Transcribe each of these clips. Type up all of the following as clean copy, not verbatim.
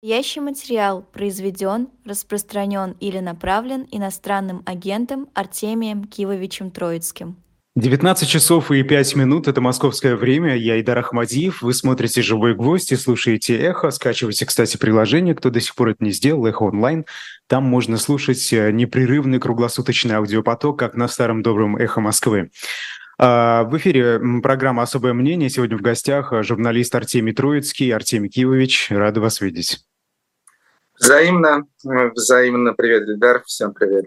Настоящий материал произведен, распространен или направлен иностранным агентом Артемием Кивовичем Троицким. 19 часов и 5 минут – это московское время. Я Идар Ахмадиев. Вы смотрите «Живой гвоздь» и слушаете «Эхо». Скачивайте, кстати, приложение, кто до сих пор это не сделал, «Эхо онлайн». Там можно слушать непрерывный круглосуточный аудиопоток, как на старом добром «Эхо Москвы». В эфире программа «Особое мнение». Сегодня в гостях журналист Артемий Троицкий. Артемий Кивович, рады вас видеть. Взаимно, взаимно. Привет, Ильдар, всем привет.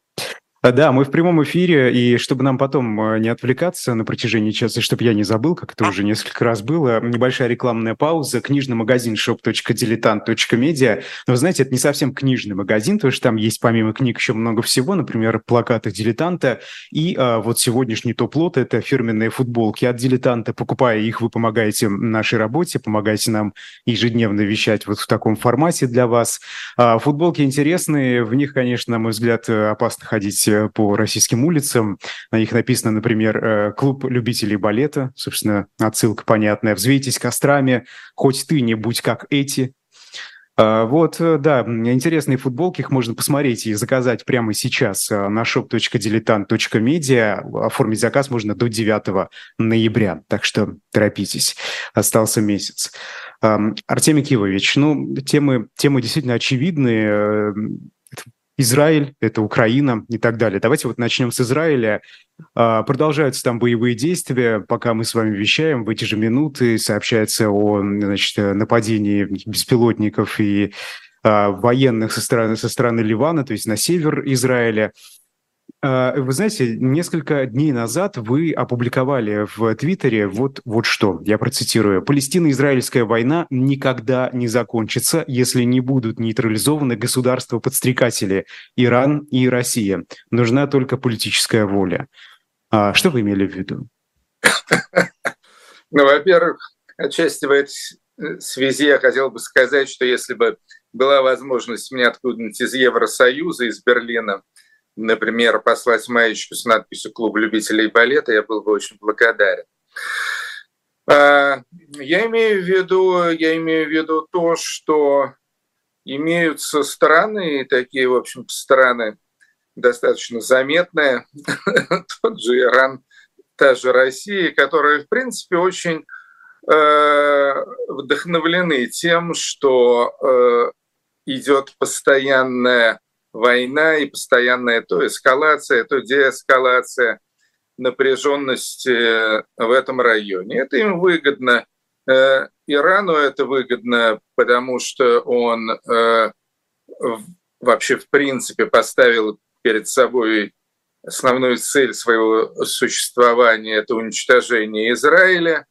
Да, мы в прямом эфире, и чтобы нам потом не отвлекаться на протяжении часа, и чтобы я не забыл, как это уже несколько раз было, небольшая рекламная пауза. Книжный магазин shop.diletant.media. Но вы знаете, это не совсем книжный магазин, потому что там есть помимо книг еще много всего, например, плакаты «Дилетанта». И вот сегодняшний топ-лот – это фирменные футболки от «Дилетанта». Покупая их, вы помогаете нашей работе, помогаете нам ежедневно вещать вот в таком формате для вас. Футболки интересные, в них, конечно, на мой взгляд, опасно ходить по российским улицам. На них написано, например, «Клуб любителей балета». Собственно, отсылка понятная. «Взвейтесь кострами, хоть ты не будь как эти». Вот, да, интересные футболки, их можно посмотреть и заказать прямо сейчас на shop.diletant.media. Оформить заказ можно до 9 ноября, так что торопитесь, остался месяц. Артемий Кивович, темы действительно очевидные. Израиль, это Украина и так далее. Давайте вот начнем с Израиля. Продолжаются там боевые действия, пока мы с вами вещаем. В эти же минуты сообщается о, нападении беспилотников и военных со стороны Ливана, то есть на север Израиля. Вы знаете, несколько дней назад вы опубликовали в Твиттере вот что, я процитирую. «Палестино-израильская война никогда не закончится, если не будут нейтрализованы государства-подстрекатели Иран и Россия. Нужна только политическая воля». Что вы имели в виду? Во-первых, отчасти в этой связи я хотел бы сказать, что если бы была возможность мне откуда-нибудь из Евросоюза, из Берлина, например, послать маечку с надписью «Клуб любителей балета», я был бы очень благодарен. Я имею в виду то, что имеются страны, такие, в общем, страны достаточно заметные, тот же Иран, та же Россия, которые, в принципе, очень вдохновлены тем, что идет постоянная война и постоянная то эскалация, то деэскалация напряженности в этом районе. Это им выгодно. Ирану это выгодно, потому что он вообще в принципе поставил перед собой основную цель своего существования – это уничтожение Израиля.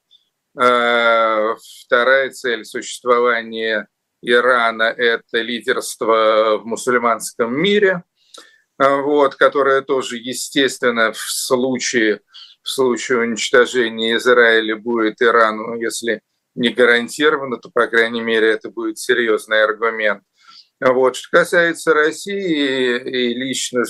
Вторая цель существования Ирана – это лидерство в мусульманском мире, которое тоже, естественно, в случае уничтожения Израиля будет Ирану, если не гарантировано, то, по крайней мере, это будет серьезный аргумент. Что касается России и лично,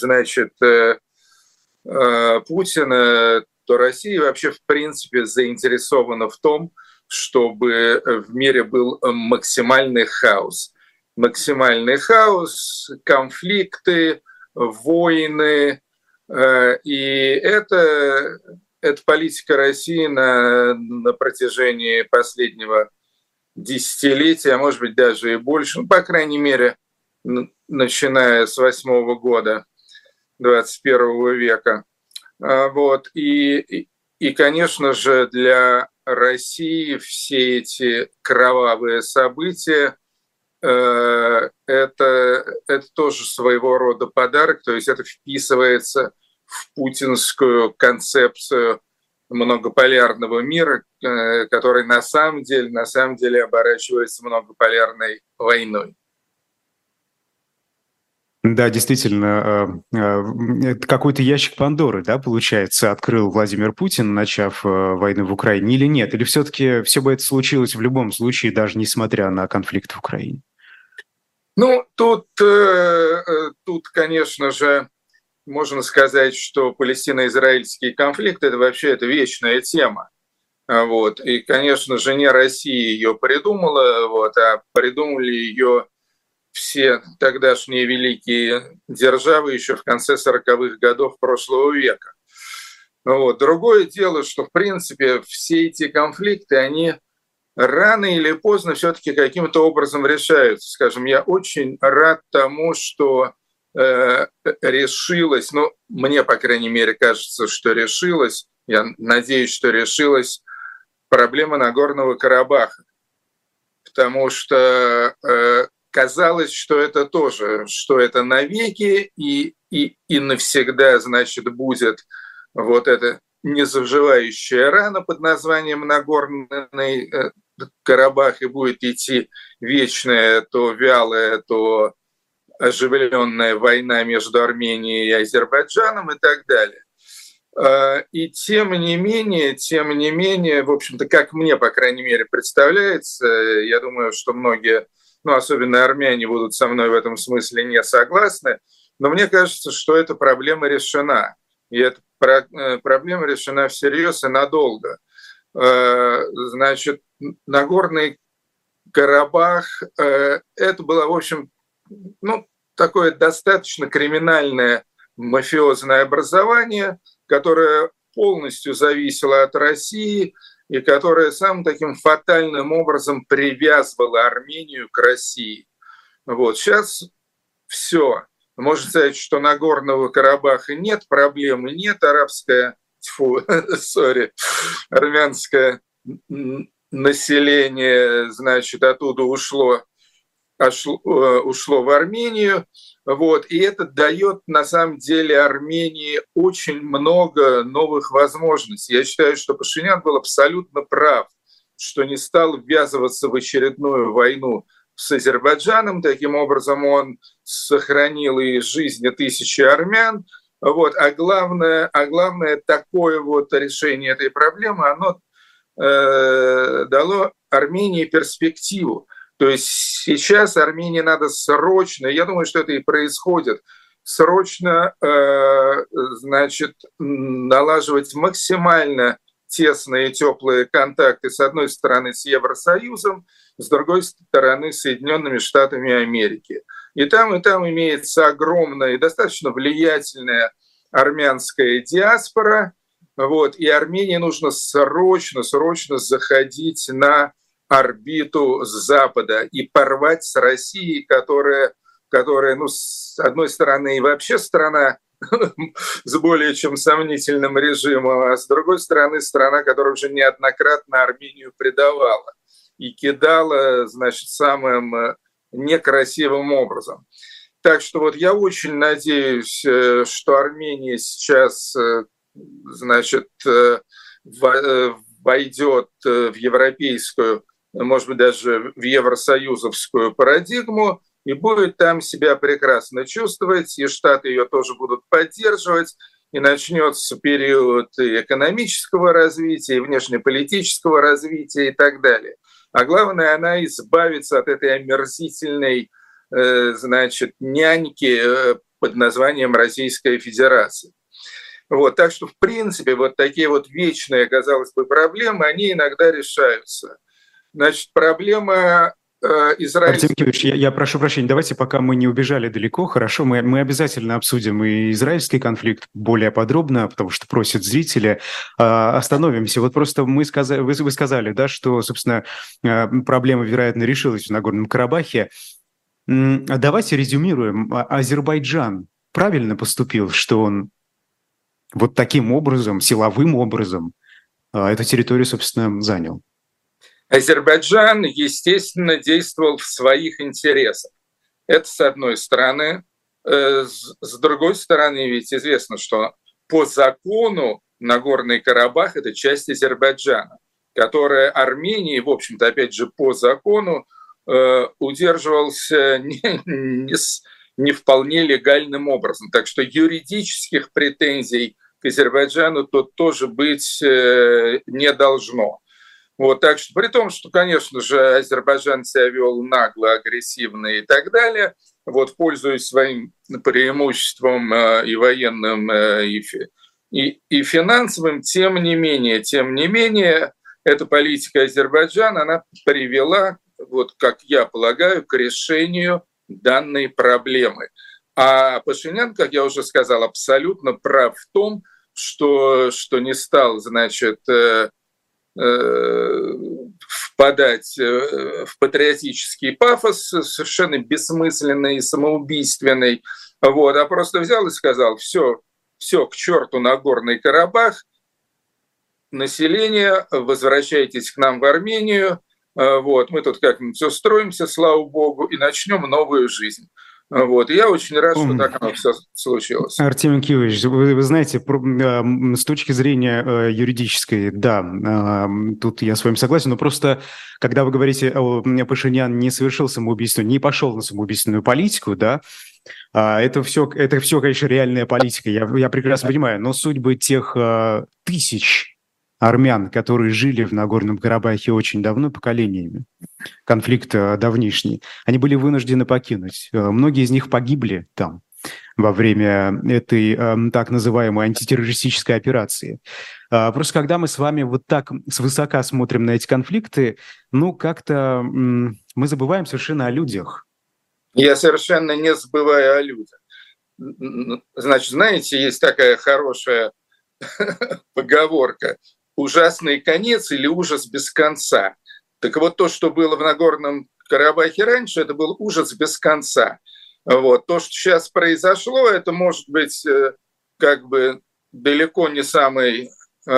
Путина, то Россия вообще, в принципе, заинтересована в том, чтобы в мире был максимальный хаос. Максимальный хаос, конфликты, войны. И это политика России на протяжении последнего десятилетия, а может быть даже и больше, по крайней мере, начиная с 8-го года 21 века. И, конечно же, для России все эти кровавые события это тоже своего рода подарок, то есть это вписывается в путинскую концепцию многополярного мира, который на самом деле оборачивается многополярной войной. Да, действительно, это какой-то ящик Пандоры, да, получается, открыл Владимир Путин, начав войну в Украине, или нет? Или все-таки все бы это случилось в любом случае, даже несмотря на конфликт в Украине? Тут, конечно же, можно сказать, что палестино-израильский конфликт – это вообще вечная тема. Вот. И, конечно же, не Россия ее придумала, вот, а придумали ее все тогдашние великие державы еще в конце 40-х годов прошлого века. Вот. Другое дело, что, в принципе, все эти конфликты, они рано или поздно все-таки каким-то образом решаются. Скажем, я очень рад тому, что решилась, ну, мне, по крайней мере, кажется, что решилась, я надеюсь, что решилась проблема Нагорного Карабаха. Потому что казалось, что это тоже, что это навеки и навсегда, значит, будет вот эта незаживающая рана под названием Нагорный Карабах, и будет идти вечная, то вялая, то оживленная война между Арменией и Азербайджаном и так далее. И тем не менее, в общем-то, как мне, по крайней мере, представляется, я думаю, что многие, ну, особенно армяне, будут со мной в этом смысле не согласны, но мне кажется, что эта проблема решена. И эта проблема решена всерьез и надолго. Значит, Нагорный Карабах – это было, в общем, ну, такое достаточно криминальное мафиозное образование, которое полностью зависело от России и которое самым таким фатальным образом привязывало Армению к России. Вот. Сейчас все. Можно сказать, что Нагорного Карабаха нет, проблемы нет, армянское население, значит, оттуда ушло в Армению. Вот. И это дает, на самом деле, Армении очень много новых возможностей. Я считаю, что Пашинян был абсолютно прав, что не стал ввязываться в очередную войну с Азербайджаном. Таким образом, он сохранил и жизни тысячи армян. Вот. А главное, такое вот решение этой проблемы, оно дало Армении перспективу. То есть сейчас Армении надо срочно, я думаю, что это и происходит, срочно, значит, налаживать максимально тесные теплые контакты, с одной стороны, с Евросоюзом, с другой стороны, с Соединенными Штатами Америки. И там имеется огромная и достаточно влиятельная армянская диаспора, вот, и Армении нужно срочно заходить на орбиту Запада и порвать с Россией, которая, ну, с одной стороны, и вообще страна с более чем сомнительным режимом, а с другой стороны, страна, которая уже неоднократно Армению предавала и кидала, значит, самым некрасивым образом. Так что вот я очень надеюсь, что Армения сейчас, значит, войдет в европейскую, может быть, даже в евросоюзовскую парадигму и будет там себя прекрасно чувствовать, и Штаты ее тоже будут поддерживать, и начнется период и экономического развития, и внешнеполитического развития и так далее. А главное, она избавится от этой омерзительной, значит, няньки под названием Российская Федерация. Вот, так что, в принципе, вот такие вот вечные, казалось бы, проблемы, они иногда решаются. Значит, проблема израильская... Артем Кивич, я прошу прощения, давайте, пока мы не убежали далеко, хорошо, мы обязательно обсудим и израильский конфликт более подробно, потому что просят зрители. Остановимся. Вот просто вы сказали, да, что, собственно, проблема, вероятно, решилась в Нагорном Карабахе. Давайте резюмируем. Азербайджан правильно поступил, что он вот таким образом, силовым образом, эту территорию, собственно, занял? Азербайджан, естественно, действовал в своих интересах. Это с одной стороны. С другой стороны, ведь известно, что по закону Нагорный Карабах – это часть Азербайджана, которая Армении, в общем-то, опять же, по закону удерживался не вполне легальным образом. Так что юридических претензий к Азербайджану тут тоже быть не должно. Вот, так что при том, что, конечно же, Азербайджан себя вел нагло, агрессивно и так далее, вот, пользуясь своим преимуществом и военным, и финансовым, тем не менее, эта политика Азербайджана, она привела, вот как я полагаю, к решению данной проблемы. А Пашинян, как я уже сказал, абсолютно прав в том, что не стал, значит, впадать в патриотический пафос, совершенно бессмысленный и самоубийственный, вот, а просто взял и сказал: все к черту Нагорный Карабах, население, возвращайтесь к нам в Армению, вот, мы тут как-нибудь все строимся, слава богу, и начнем новую жизнь. Вот. И я очень рад, что так оно все случилось. Артемий Киевович, вы знаете, с точки зрения юридической, да, тут я с вами согласен, но просто, когда вы говорите, Пашинян не совершил самоубийство, не пошел на самоубийственную политику, да, это все, конечно, реальная политика, я прекрасно понимаю, но судьбы тех тысяч армян, которые жили в Нагорном Карабахе очень давно, поколениями, конфликт давнишний, они были вынуждены покинуть. Многие из них погибли там во время этой так называемой антитеррористической операции. Просто когда мы с вами вот так свысока смотрим на эти конфликты, ну, как-то мы забываем совершенно о людях. Я совершенно не забываю о людях. Значит, знаете, есть такая хорошая поговорка: ужасный конец или ужас без конца. Так вот, то, что было в Нагорном Карабахе раньше, это был ужас без конца. Вот. То, что сейчас произошло, это может быть как бы далеко не самый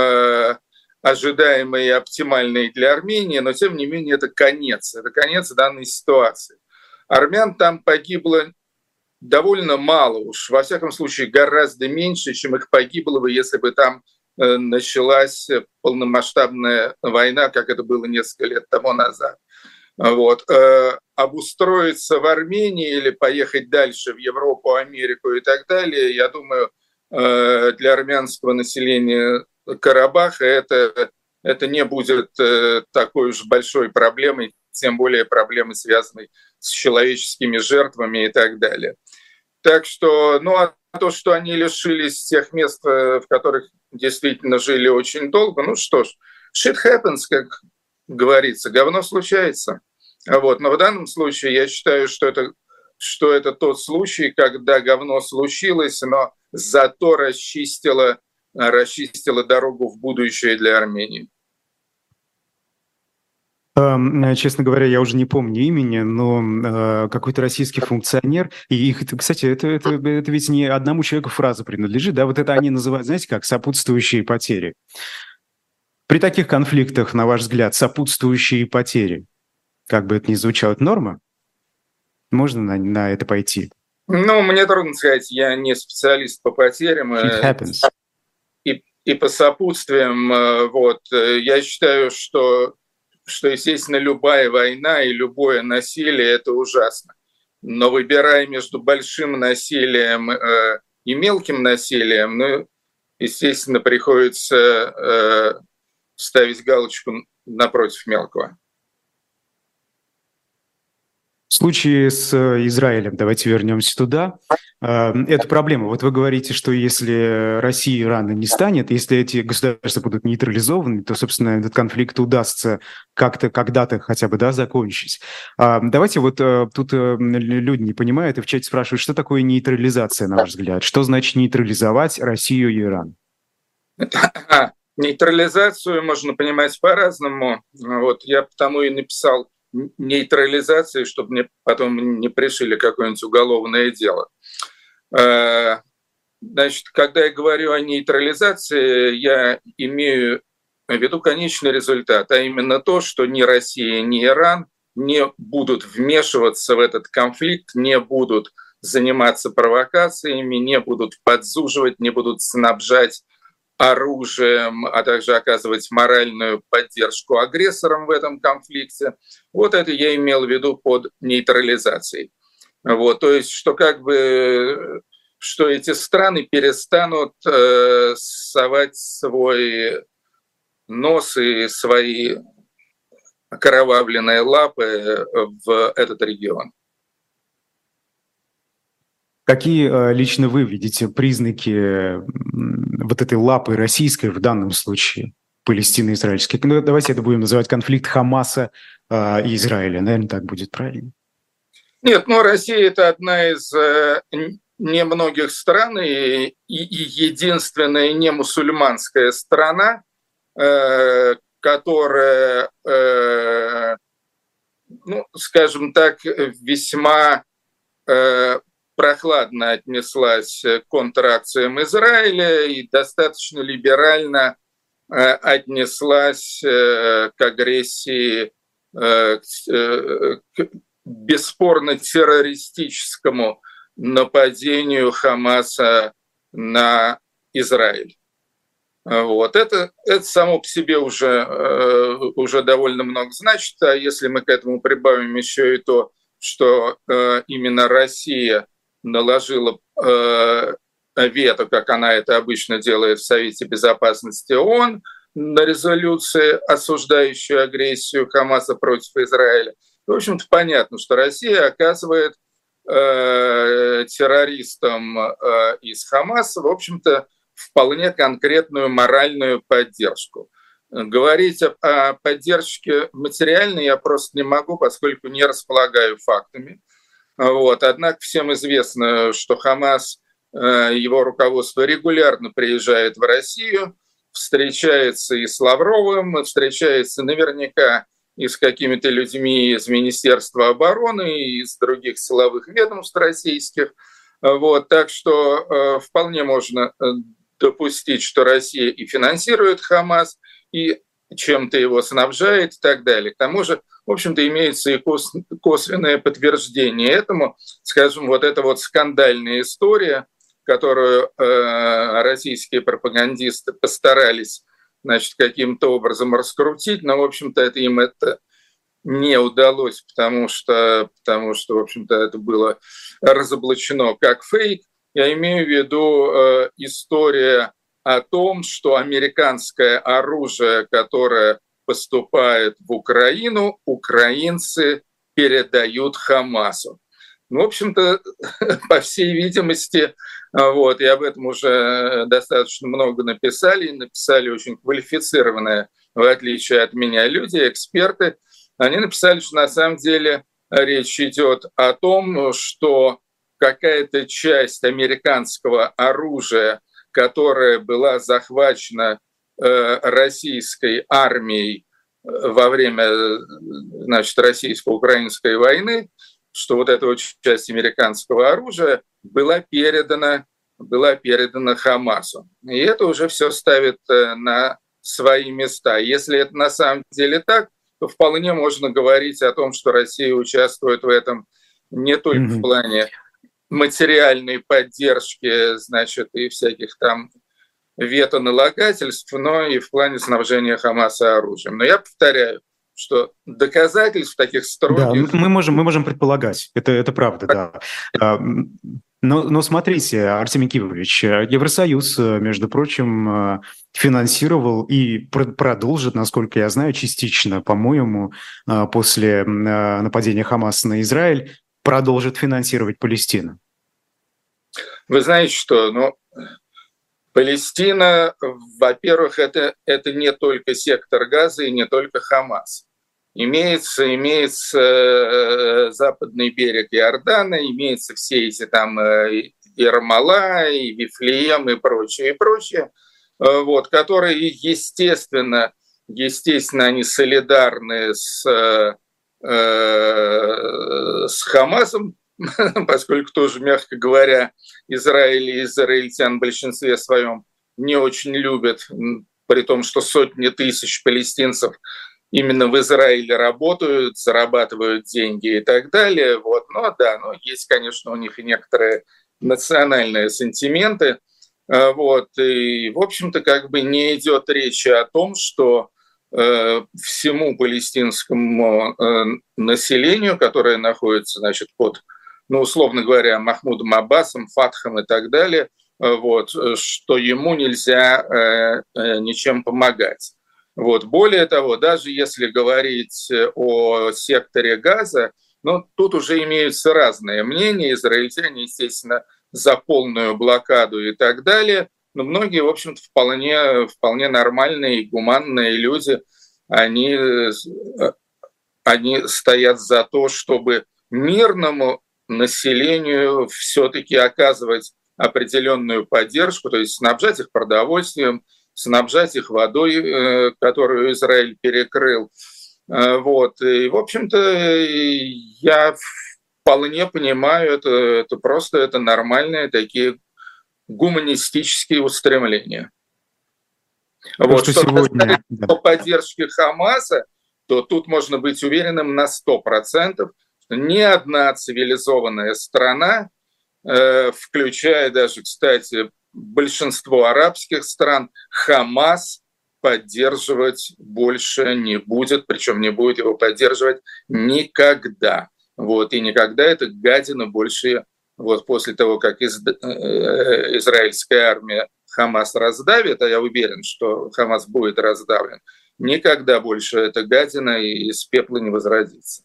ожидаемый и оптимальный для Армении, но тем не менее это конец данной ситуации. Армян там погибло довольно мало уж, во всяком случае гораздо меньше, чем их погибло бы, если бы там началась полномасштабная война, как это было несколько лет тому назад. Вот. Обустроиться в Армении или поехать дальше в Европу, Америку и так далее, я думаю, для армянского населения Карабаха это не будет такой уж большой проблемой, тем более проблемой, связанной с человеческими жертвами и так далее. Так что, ну а то, что они лишились тех мест, в которых действительно жили очень долго, ну что ж, shit happens, как говорится, говно случается. Вот. Но в данном случае я считаю, что это тот случай, когда говно случилось, но зато расчистило дорогу в будущее для Армении. Честно говоря, я уже не помню имени, но какой-то российский функционер, и их, кстати, это ведь не одному человеку фраза принадлежит, да, вот это они называют, знаете как, сопутствующие потери. При таких конфликтах, на ваш взгляд, сопутствующие потери, как бы это ни звучало, это норма? Можно на это пойти? Ну, мне трудно сказать, я не специалист по потерям и по сопутствиям. Вот. Я считаю, что, естественно, любая война и любое насилие – это ужасно. Но выбирая между большим насилием и мелким насилием, ну, естественно, приходится ставить галочку напротив мелкого. В случае с Израилем, давайте вернемся туда, это проблема. Вот вы говорите, что если Россия и Иран не станет, если эти государства будут нейтрализованы, то, собственно, этот конфликт удастся как-то когда-то хотя бы, да, закончить. Давайте вот тут люди не понимают и в чате спрашивают, что такое нейтрализация, на ваш взгляд? Что значит нейтрализовать Россию и Иран? Нейтрализацию можно понимать по-разному. Вот я потому и написал нейтрализации, чтобы мне потом не пришили какое-нибудь уголовное дело. Значит, когда я говорю о нейтрализации, я имею в виду конечный результат, а именно то, что ни Россия, ни Иран не будут вмешиваться в этот конфликт, не будут заниматься провокациями, не будут подзуживать, не будут снабжать оружием, а также оказывать моральную поддержку агрессорам в этом конфликте. Вот это я имел в виду под нейтрализацией. Вот, то есть, что как бы, что эти страны перестанут совать свой нос и свои окровавленные лапы в этот регион. Какие лично вы видите признаки вот этой лапы российской в данном случае? палестино-израильский. Ну, давайте это будем называть конфликт Хамаса и Израиля. Наверное, так будет правильно. Нет, Россия – это одна из немногих стран и единственная немусульманская страна, которая, скажем так, весьма прохладно отнеслась к контракциям Израиля и достаточно либерально отнеслась к агрессии, к бесспорно террористическому нападению Хамаса на Израиль. Вот. Это само по себе уже довольно много значит, а если мы к этому прибавим еще и то, что именно Россия наложила вето, как она это обычно делает в Совете Безопасности ООН, на резолюции, осуждающую агрессию Хамаса против Израиля, в общем-то, понятно, что Россия оказывает террористам из Хамаса, в общем-то, вполне конкретную моральную поддержку. Говорить о поддержке материальной я просто не могу, поскольку не располагаю фактами. Вот. Однако всем известно, что Хамас, его руководство регулярно приезжает в Россию, встречается и с Лавровым, встречается наверняка и с какими-то людьми из Министерства обороны, и из других силовых ведомств российских. Вот. Так что вполне можно допустить, что Россия и финансирует Хамас, и чем-то его снабжает и так далее. К тому же, в общем-то, имеется и косвенное подтверждение этому. Скажем, вот эта вот скандальная история, которую российские пропагандисты постарались, значит, каким-то образом раскрутить, но, в общем-то, им это не удалось, потому что, в общем-то, это было разоблачено как фейк. Я имею в виду история о том, что американское оружие, которое поступает в Украину, украинцы передают Хамасу. В общем-то, по всей видимости, вот, и об этом уже достаточно много написали очень квалифицированные, в отличие от меня, люди, эксперты. Они написали, что на самом деле речь идет о том, что какая-то часть американского оружия, которая была захвачена российской армией во время, значит, российско-украинской войны, что вот эта вот часть американского оружия была передана Хамасу. И это уже все ставит на свои места. Если это на самом деле так, то вполне можно говорить о том, что Россия участвует в этом не только в плане материальной поддержки, значит, и всяких там вето-налагательств, но и в плане снабжения Хамаса оружием. Но я повторяю, что доказательств таких строгих... Да, мы можем предполагать, это правда, да. Но смотрите, Артемий Кивович, Евросоюз, между прочим, финансировал и продолжит, насколько я знаю, частично, по-моему, после нападения Хамаса на Израиль, продолжит финансировать Палестину. Вы знаете что, Палестина, во-первых, это не только сектор Газа и не только Хамас. Имеется западный берег Иордана, имеются все эти там и Рамалла, и Вифлеем, и прочее, вот, которые, естественно, они солидарны с Хамасом, поскольку тоже, мягко говоря, Израиль и израильтян в большинстве своем не очень любят, при том, что сотни тысяч палестинцев именно в Израиле работают, зарабатывают деньги и так далее. Вот. Но есть, конечно, у них и некоторые национальные сентименты. Вот. И, в общем-то, как бы не идет речи о том, что всему палестинскому населению, которое находится, значит, под, условно говоря, Махмудом Аббасом, Фатхом и так далее, вот, что ему нельзя ничем помогать. Вот. Более того, даже если говорить о секторе Газа, тут уже имеются разные мнения. Израильтяне, естественно, за полную блокаду и так далее. но многие, в общем-то, вполне нормальные и гуманные люди, они стоят за то, чтобы мирному населению все-таки оказывать определенную поддержку, то есть снабжать их продовольствием, снабжать их водой, которую Израиль перекрыл. Вот. И, в общем-то, я вполне понимаю, это нормальные такие гуманистические устремления. Вот. Что сегодня по поддержке Хамаса, то тут можно быть уверенным на 100%, что ни одна цивилизованная страна, включая даже, кстати, большинство арабских стран, Хамас поддерживать больше не будет, причем не будет его поддерживать никогда. Вот, и никогда эта гадина больше, вот после того, как израильская армия Хамас раздавит, а я уверен, что Хамас будет раздавлен, никогда больше эта гадина из пепла не возродится.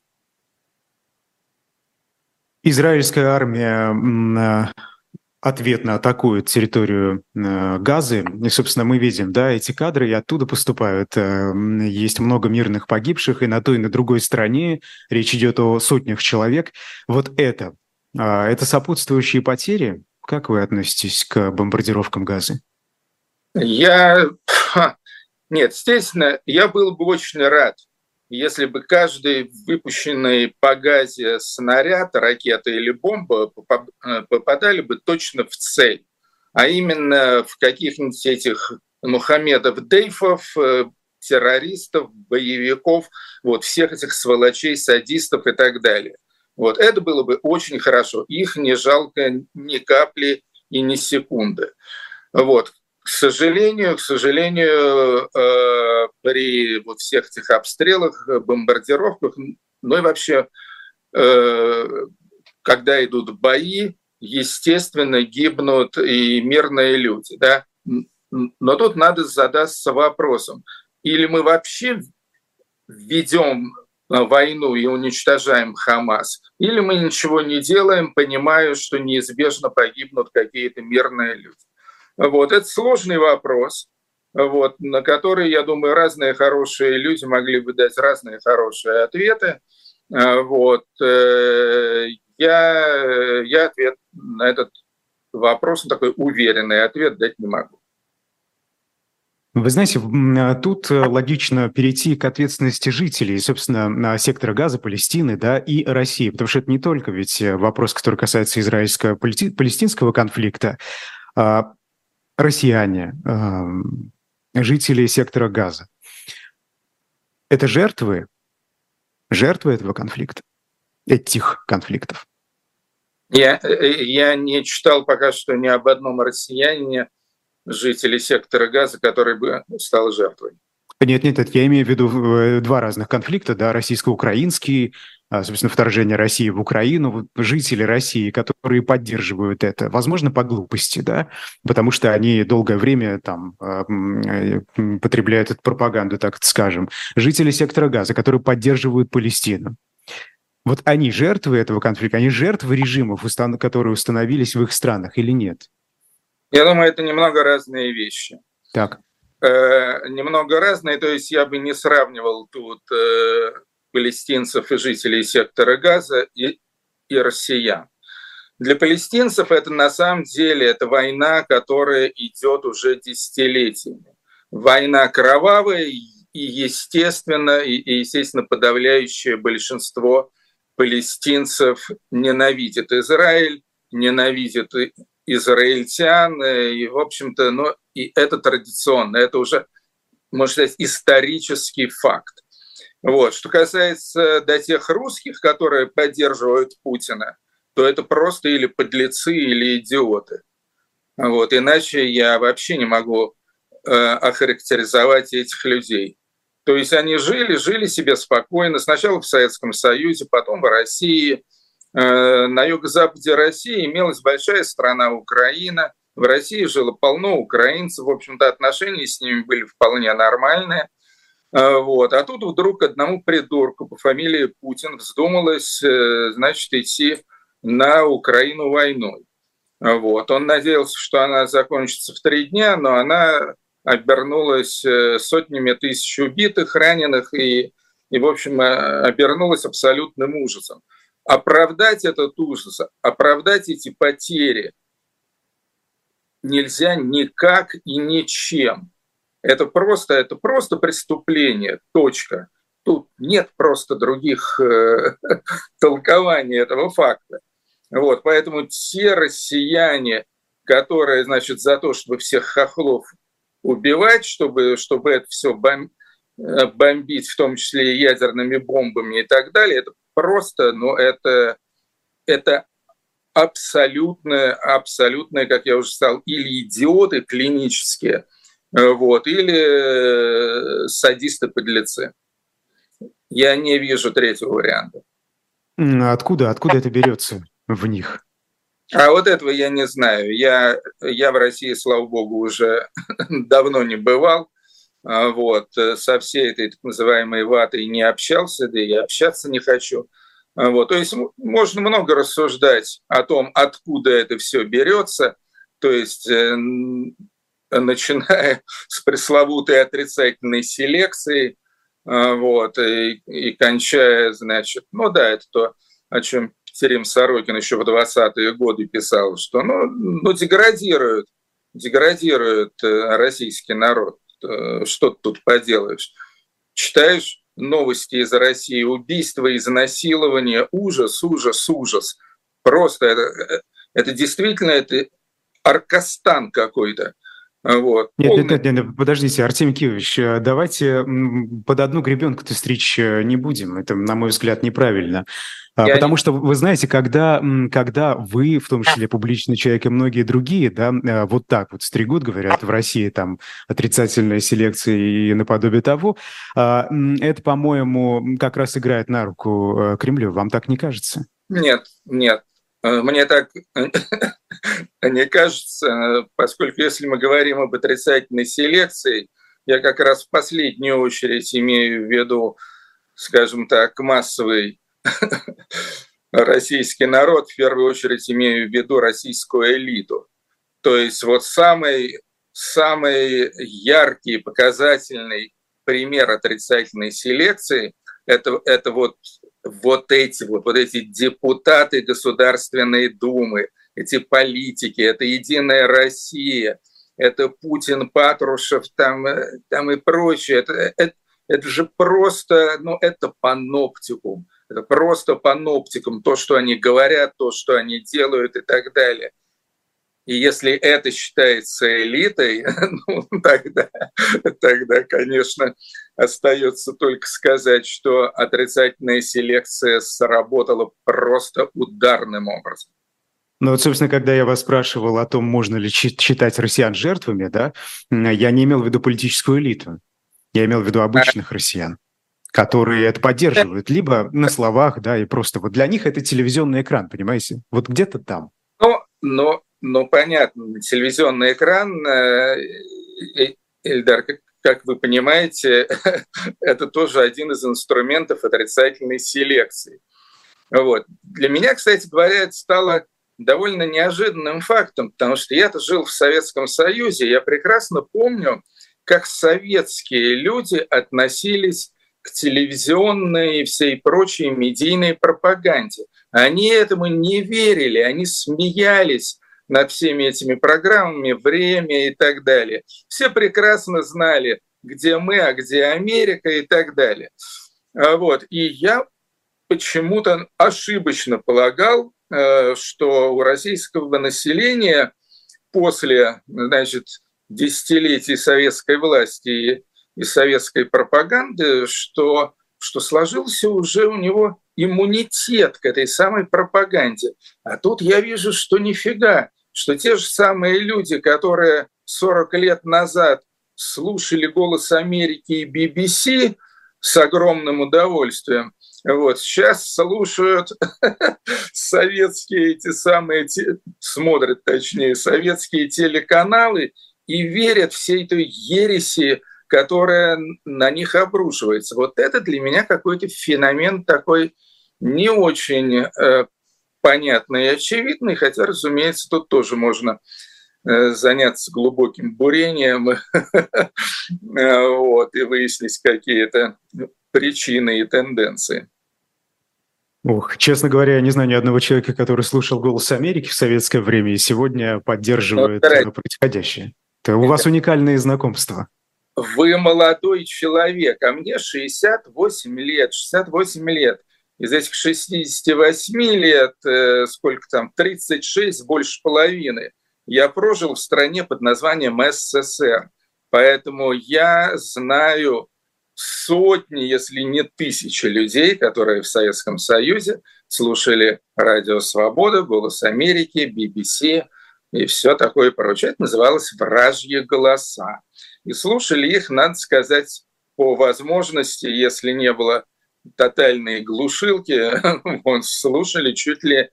Израильская армия ответно атакует территорию Газы. И, собственно, мы видим, да, эти кадры и оттуда поступают. Есть много мирных погибших и на той, и на другой стороне. Речь идет о сотнях человек. Вот это сопутствующие потери. Как вы относитесь к бомбардировкам Газы? Нет, естественно, я был бы очень рад, если бы каждый выпущенный по Газе снаряд, ракета или бомба попадали бы точно в цель, а именно в каких-нибудь этих Мухаммедов-Дейфов, террористов, боевиков, вот всех этих сволочей, садистов и так далее. Вот это было бы очень хорошо. Их не жалко ни капли и ни секунды. Вот. К сожалению, при вот всех этих обстрелах, бомбардировках, ну и вообще, когда идут бои, естественно, гибнут и мирные люди. Да? Но тут надо задаться вопросом, или мы вообще введем войну и уничтожаем Хамас, или мы ничего не делаем, понимая, что неизбежно погибнут какие-то мирные люди. Вот, это сложный вопрос, вот, на который, я думаю, разные хорошие люди могли бы дать разные хорошие ответы. Вот, я ответ на этот вопрос, такой уверенный ответ дать не могу. Вы знаете, тут логично перейти к ответственности жителей, собственно, сектора Газа, Палестины, да, и России, потому что это не только ведь вопрос, который касается израильско-палестинского конфликта. Россияне, жители сектора Газа. Это жертвы этого конфликта, этих конфликтов? Я не читал пока что ни об одном россиянине, жителе сектора Газа, который бы стал жертвой. Нет, я имею в виду два разных конфликта, да, российско-украинский, собственно, вторжение России в Украину, жители России, которые поддерживают это, возможно, по глупости, да, потому что они долгое время там потребляют эту пропаганду, так скажем. Жители сектора Газа, которые поддерживают Палестину. Вот они жертвы этого конфликта, они жертвы режимов, которые установились в их странах или нет? Я думаю, это немного разные вещи. Так. Немного разные, то есть я бы не сравнивал тут палестинцев и жителей сектора Газа и россиян. Для палестинцев это на самом деле это война, которая идет уже десятилетиями. Война кровавая и, естественно, подавляющее большинство палестинцев ненавидит Израиль, ненавидит израильтян, и, в общем-то, и это традиционно, это уже, можно сказать, исторический факт. Вот. Что касается до тех русских, которые поддерживают Путина, то это просто или подлецы, или идиоты. Вот. Иначе я вообще не могу охарактеризовать этих людей. То есть они жили себе спокойно, сначала в Советском Союзе, потом в России. На юго-западе России имелась большая страна Украина. В России жило полно украинцев. В общем-то, отношения с ними были вполне нормальные. Вот. А тут вдруг одному придурку по фамилии Путин вздумалось, значит, идти на Украину войной. Вот. Он надеялся, что она закончится в 3 дня, но она обернулась сотнями тысяч убитых, раненых в общем, обернулась абсолютным ужасом. Оправдать этот ужас, оправдать эти потери нельзя никак и ничем. Это просто преступление, точка. Тут нет просто других толкований этого факта. Вот, поэтому те россияне, которые, значит, за то, чтобы всех хохлов убивать, чтобы это все бомбить, в том числе и ядерными бомбами и так далее, это просто, это абсолютно, как я уже сказал, или идиоты клинические, вот, или садисты-подлецы. Я не вижу третьего варианта. Откуда это берется в них? А вот этого я не знаю. Я в России, слава богу, уже давно не бывал. Вот, со всей этой так называемой ватой не общался, да и общаться не хочу. Вот, то есть можно много рассуждать о том, откуда это все берется, то есть начиная с пресловутой отрицательной селекции, вот, и кончая, значит, это то, о чем Терем Сорокин еще в 20-е годы писал, что деградирует российский народ. Что ты тут поделаешь? Читаешь новости из России, убийства, изнасилования, ужас. Просто это действительно это Аркастан какой-то. Вот. Нет, подождите, Артемий Кивович, давайте под одну гребенку-то стричь не будем. Это, на мой взгляд, неправильно. Потому что, вы знаете, когда вы, в том числе публичный человек и многие другие, да, вот так вот стригут, говорят, в России там отрицательная селекция и наподобие того, это, по-моему, как раз играет на руку Кремлю. Вам так не кажется? Нет. Мне так не кажется, поскольку если мы говорим об отрицательной селекции, я как раз в последнюю очередь имею в виду, скажем так, массовый российский народ, в первую очередь имею в виду российскую элиту. То есть вот самый яркий, показательный пример отрицательной селекции – это вот эти депутаты Государственной Думы, эти политики, это «Единая Россия», это Путин, Патрушев там и прочее. Это же просто, это паноптикум. Это просто паноптикум, то, что они говорят, то, что они делают и так далее. И если это считается элитой, тогда, конечно, остается только сказать, что отрицательная селекция сработала просто ударным образом. Вот, собственно, когда я вас спрашивал о том, можно ли считать россиян жертвами, да, я не имел в виду политическую элиту. Я имел в виду обычных россиян, которые это поддерживают, либо на словах, да, и просто вот для них это телевизионный экран, понимаете? Вот где-то там. Понятно, телевизионный экран, Эльдар, как вы понимаете, это тоже один из инструментов отрицательной селекции. Вот. Для меня, кстати говоря, это стало довольно неожиданным фактом, потому что я-то жил в Советском Союзе, я прекрасно помню, как советские люди относились к телевизионной и всей прочей медийной пропаганде. Они этому не верили, они смеялись над всеми этими программами, «Время» и так далее. Все прекрасно знали, где мы, а где Америка и так далее. Вот. И я почему-то ошибочно полагал, что у российского населения после, десятилетий советской власти и советской пропаганды, что сложился уже у него иммунитет к этой самой пропаганде. А тут я вижу, что нифига, что те же самые люди, которые 40 лет назад слушали «Голос Америки» и BBC с огромным удовольствием, вот, сейчас слушают советские смотрят, точнее, советские телеканалы и верят всей той ереси, которая на них обрушивается. Вот это для меня какой-то феномен такой не очень понятный и очевидный, хотя, разумеется, тут тоже можно заняться глубоким бурением и выяснить какие-то причины и тенденции. Честно говоря, я не знаю ни одного человека, который слушал «Голос Америки» в советское время и сегодня поддерживает происходящее. Это у вас уникальные знакомства. Вы молодой человек, а мне 68 лет. 68 лет. Из этих 68 лет, 36, больше половины, я прожил в стране под названием СССР. Поэтому я знаю сотни, если не тысячи людей, которые в Советском Союзе слушали «Радио Свобода», «Голос Америки», BBC и все такое прочее. Это называлось «Вражьи голоса». И слушали их, надо сказать, по возможности, если не было тотальной глушилки, слушали чуть ли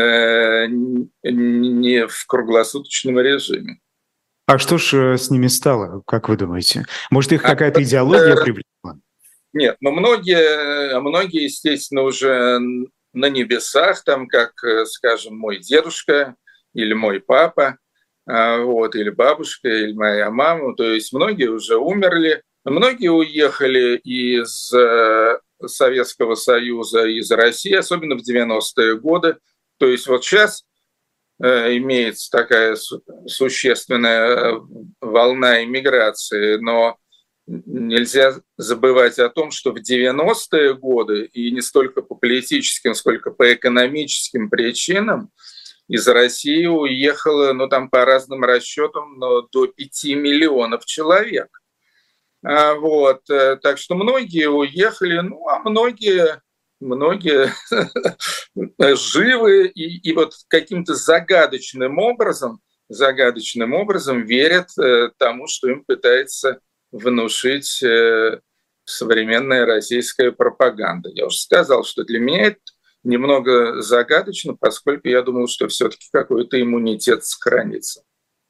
не в круглосуточном режиме. А что ж с ними стало, как вы думаете? Может, их какая-то идеология привлекла? Нет, но многие, естественно, уже на небесах, там, как, скажем, мой дедушка или мой папа, или бабушка, или моя мама. То есть многие уже умерли, многие уехали из Советского Союза, из России, особенно в 90-е годы. То есть вот сейчас имеется такая существенная волна иммиграции, но нельзя забывать о том, что в 90-е годы, и не столько по политическим, сколько по экономическим причинам, из России уехало, по разным расчетам, до 5 миллионов человек. Так что многие уехали, а многие живы и вот каким-то загадочным образом верят тому, что им пытается внушить современная российская пропаганда. Я уже сказал, что для меня это немного загадочно, поскольку я думал, что все-таки какой-то иммунитет сохранится.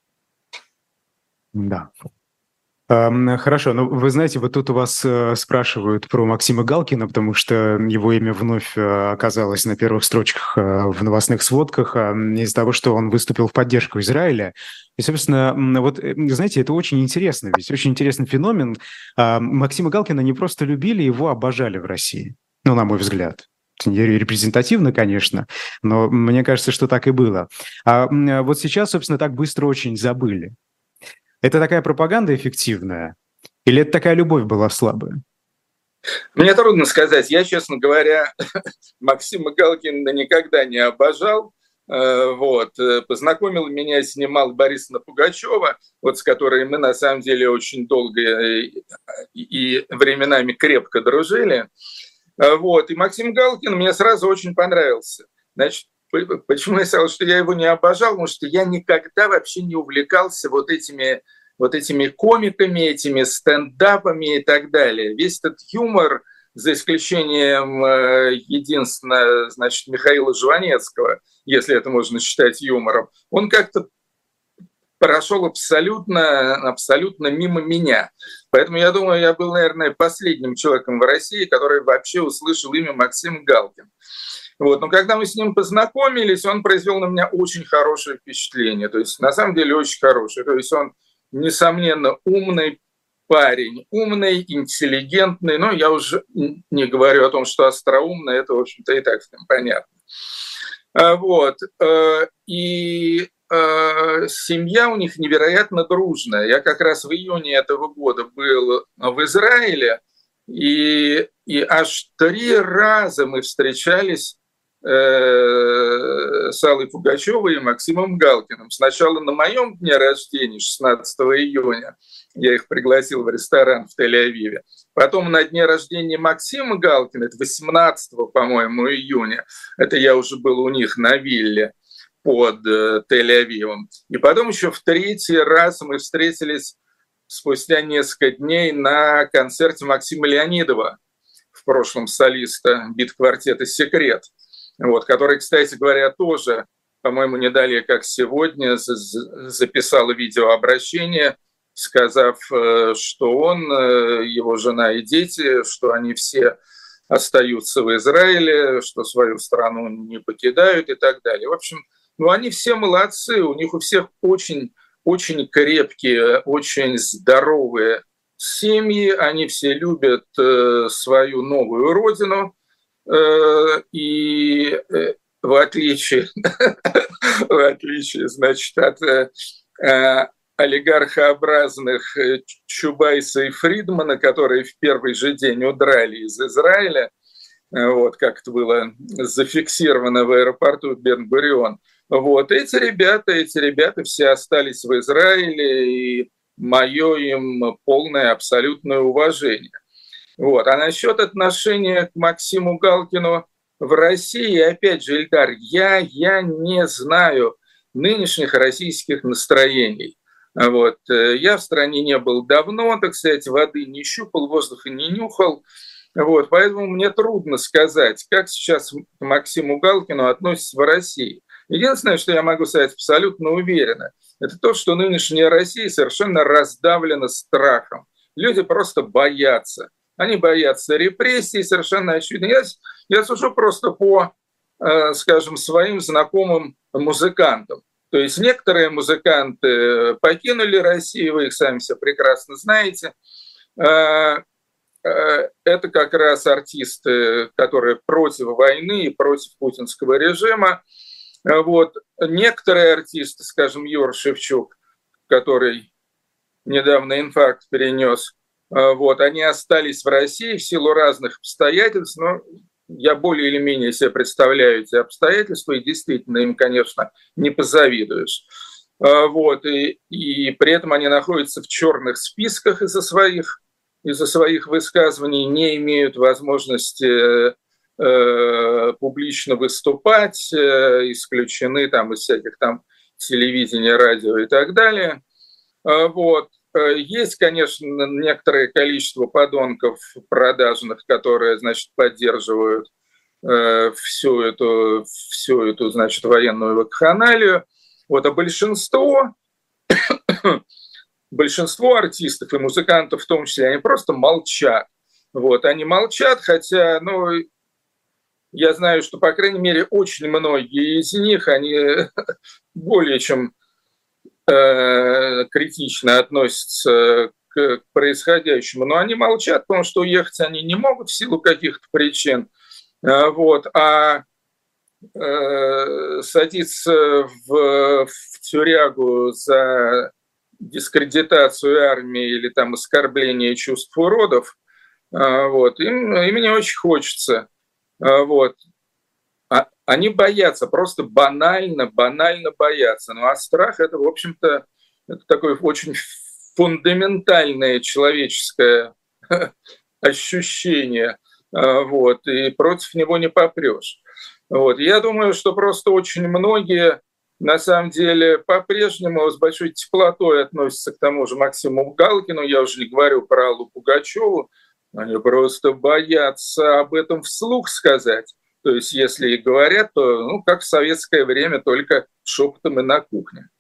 Да. Хорошо, вы знаете, вот тут у вас спрашивают про Максима Галкина, потому что его имя вновь оказалось на первых строчках в новостных сводках из-за того, что он выступил в поддержку Израиля. И, собственно, знаете, это очень интересно, ведь очень интересный феномен. Максима Галкина не просто любили, его обожали в России, на мой взгляд. Не репрезентативно, конечно, но мне кажется, что так и было. А вот сейчас, собственно, так быстро очень забыли. Это такая пропаганда эффективная? Или это такая любовь была слабая? Мне трудно сказать. Я, честно говоря, Максима Галкина никогда не обожал. Познакомил меня с ним Алла Борисовна Пугачева, с которой мы на самом деле очень долго и временами крепко дружили. И Максим Галкин мне сразу очень понравился. Значит, почему я сказал, что я его не обожал? Потому что я никогда вообще не увлекался этими комиками, этими стендапами и так далее. Весь этот юмор, за исключением единственно, Михаила Жванецкого, если это можно считать юмором, он как-то прошел абсолютно мимо меня. Поэтому я думаю, я был, наверное, последним человеком в России, который вообще услышал имя Максим Галкин. Но когда мы с ним познакомились, он произвел на меня очень хорошее впечатление. То есть, на самом деле, очень хорошее. То есть, он, несомненно, умный парень, умный, интеллигентный. Но я уже не говорю о том, что остроумный, это, в общем-то, и так всем понятно. И семья у них невероятно дружная. Я как раз в июне этого года был в Израиле, и аж 3 раза мы встречались с Аллой Пугачевой и Максимом Галкиным. Сначала на моем дне рождения, 16 июня, я их пригласил в ресторан в Тель-Авиве. Потом на дне рождения Максима Галкина, это 18, по-моему, июня, это я уже был у них на вилле под Тель-Авивом. И потом еще в 3-й раз мы встретились спустя несколько дней на концерте Максима Леонидова, в прошлом солиста бит-квартета «Секрет», который, кстати говоря, тоже, по-моему, не далее, как сегодня, записал видеообращение, сказав, что он, его жена и дети, что они все остаются в Израиле, что свою страну не покидают и так далее. В общем, они все молодцы, у них у всех очень, очень крепкие, очень здоровые семьи, они все любят свою новую родину, и в отличие, значит, от олигархообразных Чубайса и Фридмана, которые в первый же день удрали из Израиля, вот как это было зафиксировано в аэропорту Бен-Гурион. Вот эти ребята все остались в Израиле, и мое им полное абсолютное уважение. Вот. А насчет отношения к Максиму Галкину в России, опять же, Ильдар, я не знаю нынешних российских настроений. Вот. Я в стране не был давно, так сказать, воды не щупал, воздуха не нюхал. Вот. Поэтому мне трудно сказать, как сейчас к Максиму Галкину относятся в России. Единственное, что я могу сказать абсолютно уверенно, это то, что нынешняя Россия совершенно раздавлена страхом. Люди просто боятся. Они боятся репрессий, совершенно очевидно. Я сужу просто по, скажем, своим знакомым музыкантам. То есть некоторые музыканты покинули Россию, вы их сами все прекрасно знаете. Это как раз артисты, которые против войны и против путинского режима. Вот. Некоторые артисты, скажем, Юра Шевчук, который недавно инфаркт перенес, вот, они остались в России в силу разных обстоятельств, но я более или менее себе представляю эти обстоятельства, и действительно им, конечно, не позавидуешь. Вот, и при этом они находятся в черных списках из-за своих высказываний, не имеют возможности публично выступать, исключены там из всяких там телевидения, радио и так далее. Вот. Есть, конечно, некоторое количество подонков продажных, которые, значит, поддерживают всю эту, значит, военную вакханалию. Вот. А большинство артистов и музыкантов в том числе, они просто молчат. Вот. Они молчат, хотя, я знаю, что, по крайней мере, очень многие из них, они более чем критично относятся к происходящему, но они молчат, потому что уехать они не могут в силу каких-то причин. Вот. А садиться в тюрягу за дискредитацию армии или там оскорбление чувств уродов, вот, им не очень хочется. Вот. Они боятся, просто банально боятся. Ну а страх – это, в общем-то, это такое очень фундаментальное человеческое ощущение, вот, и против него не попрешь. Вот. Я думаю, что просто очень многие, на самом деле, по-прежнему с большой теплотой относятся к тому же Максиму Галкину, я уже не говорю про Аллу Пугачеву, они просто боятся об этом вслух сказать. То есть, если и говорят, то, как в советское время, только шепотом и на кухне.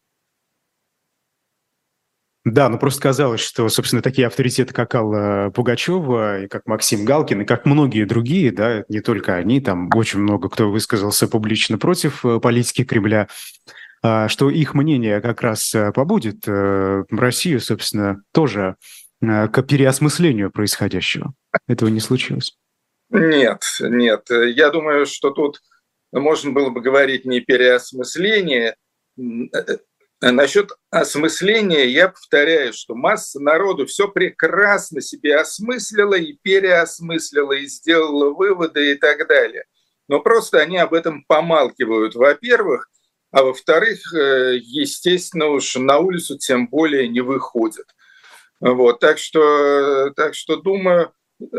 Да, просто казалось, что, собственно, такие авторитеты, как Алла Пугачева, и как Максим Галкин, и как многие другие, да, не только они, там очень много кто высказался публично против политики Кремля, что их мнение как раз побудит Россию, собственно, тоже к переосмыслению происходящего. Этого не случилось. Нет. Я думаю, что тут можно было бы говорить не переосмысление. Насчет осмысления я повторяю, что масса народу все прекрасно себе осмыслила и переосмыслила, и сделала выводы и так далее. Но просто они об этом помалкивают, во-первых, а во-вторых, естественно, уж на улицу тем более не выходят. Вот, так что думаю,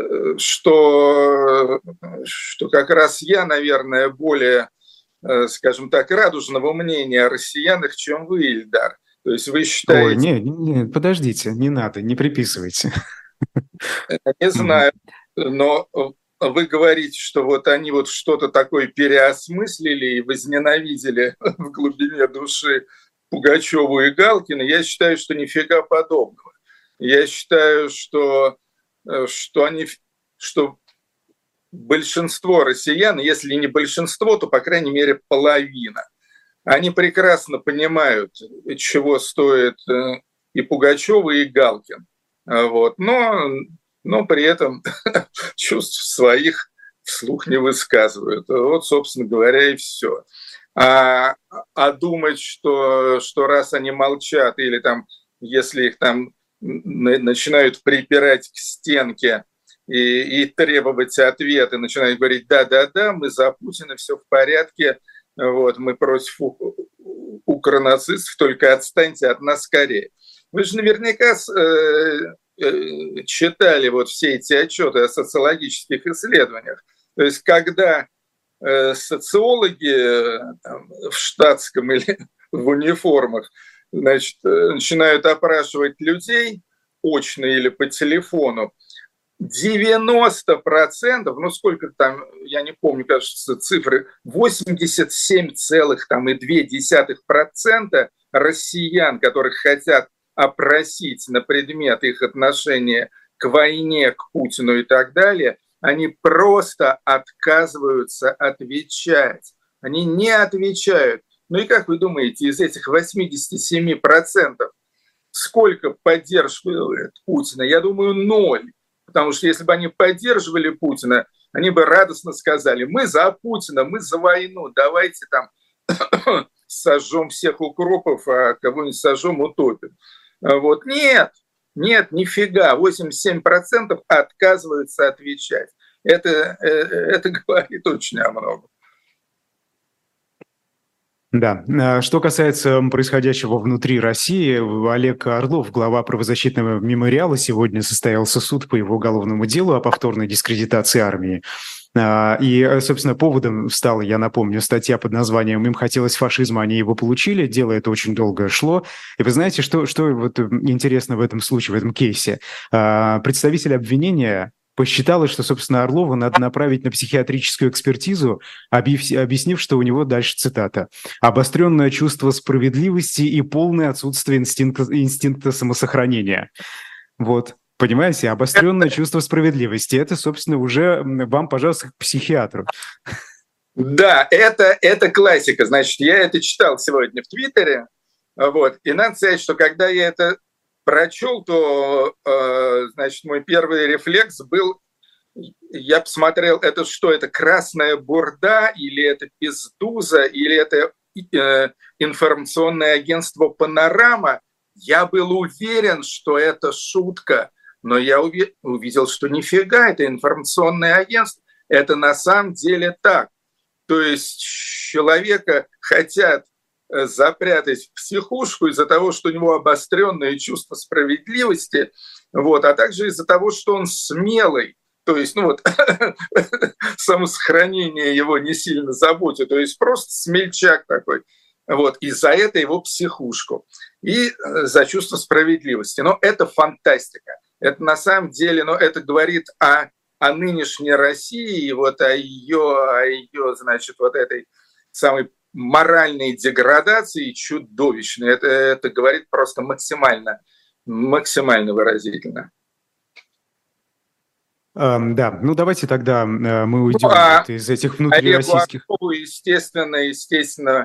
что как раз я, наверное, более, скажем так, радужного мнения о россиянах, чем вы, Ильдар. То есть вы считаете... Ой, не, подождите, не надо, не приписывайте. Не знаю, но вы говорите, что вот они вот что-то такое переосмыслили и возненавидели в глубине души Пугачеву и Галкина. Я считаю, что нифига подобного. Я считаю, что большинство россиян, если не большинство, то, по крайней мере, половина, они прекрасно понимают, чего стоит и Пугачева, и Галкин. Вот. Но при этом чувств своих вслух не высказывают. Вот, собственно говоря, и все. А думать, что раз они молчат, или там, если их там начинают припирать к стенке и требовать ответа, начинают говорить: да, мы за Путина, все в порядке, вот, мы против укронацистов, только отстаньте от нас скорее. Вы же наверняка читали вот все эти отчеты о социологических исследованиях. То есть когда социологи в штатском или в униформах, значит, начинают опрашивать людей очно или по телефону, 90%, ну сколько там, я не помню, кажется, цифры, 87,2% россиян, которых хотят опросить на предмет их отношения к войне, к Путину и так далее, они просто отказываются отвечать. Они не отвечают. Ну и как вы думаете, из этих 87% сколько поддерживает Путина? Я думаю, 0. Потому что если бы они поддерживали Путина, они бы радостно сказали: мы за Путина, мы за войну, давайте там сожжем всех укропов, а кого-нибудь сожжем, утопим. Вот. Нет, нифига, 87% отказываются отвечать. Это говорит очень о многом. Да. Что касается происходящего внутри России, Олег Орлов, глава правозащитного мемориала, сегодня состоялся суд по его уголовному делу о повторной дискредитации армии. И, собственно, поводом стала, я напомню, статья под названием «Им хотелось фашизма, они его получили». Дело это очень долго шло. И вы знаете, что вот интересно в этом случае, в этом кейсе? Представитель обвинения посчитала, что, собственно, Орлова надо направить на психиатрическую экспертизу, объяснив, что у него, дальше цитата, «обостренное чувство справедливости и полное отсутствие инстинкта самосохранения». Вот. Понимаете, обостренное чувство справедливости. Это, собственно, уже вам, пожалуйста, к психиатру. Да, это классика. Значит, я это читал сегодня в Твиттере. Вот. И надо сказать, что когда я это прочел, то, значит, мой первый рефлекс был, я посмотрел, это что, это красная бурда, или это пиздуза, или это информационное агентство «Панорама». Я был уверен, что это шутка, но я увидел, что нифига, это информационное агентство. Это на самом деле так. То есть человека хотят запрятать в психушку из-за того, что у него обостренное чувство справедливости, вот, а также из-за того, что он смелый. То есть, ну вот, самосохранение его не сильно заботит. То есть просто смельчак такой. Вот, и за это его психушку. И за чувство справедливости. Но это фантастика. Это на самом деле, но это говорит о нынешней России, вот о ее, значит, вот этой самой моральной деградации чудовищной. Это говорит просто максимально выразительно. Да, ну давайте тогда мы уйдем из этих внутрироссийских. Олегу, естественно,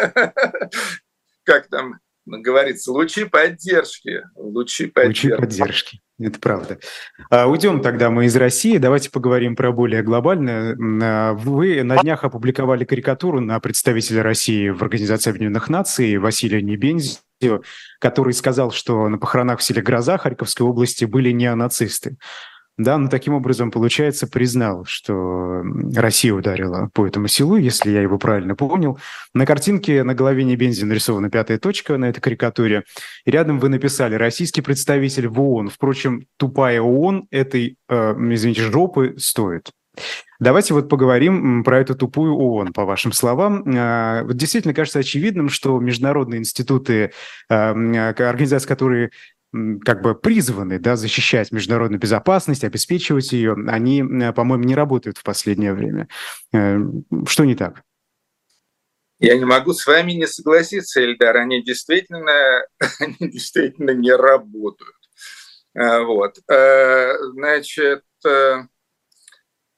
как там говорится, лучи поддержки. Лучи поддержки. Это правда. Уйдем тогда мы из России. Давайте поговорим про более глобальное. Вы на днях опубликовали карикатуру на представителя России в Организации Объединенных Наций Василия Небензио, который сказал, что на похоронах в селе Гроза Харьковской области были неонацисты. Да, но таким образом, получается, признал, что Россия ударила по этому селу, если я его правильно понял. На картинке на голове Небензи нарисована 5 точка на этой карикатуре. И рядом вы написали «Российский представитель в ООН». Впрочем, тупая ООН этой, извините, жопы стоит. Давайте вот поговорим про эту тупую ООН, по вашим словам. Вот действительно кажется очевидным, что международные институты, организации, которые как бы призваны, да, защищать международную безопасность, обеспечивать ее, они, по-моему, не работают в последнее время. Что не так? Я не могу с вами не согласиться, Эльдар. Они действительно не работают. Вот. Значит,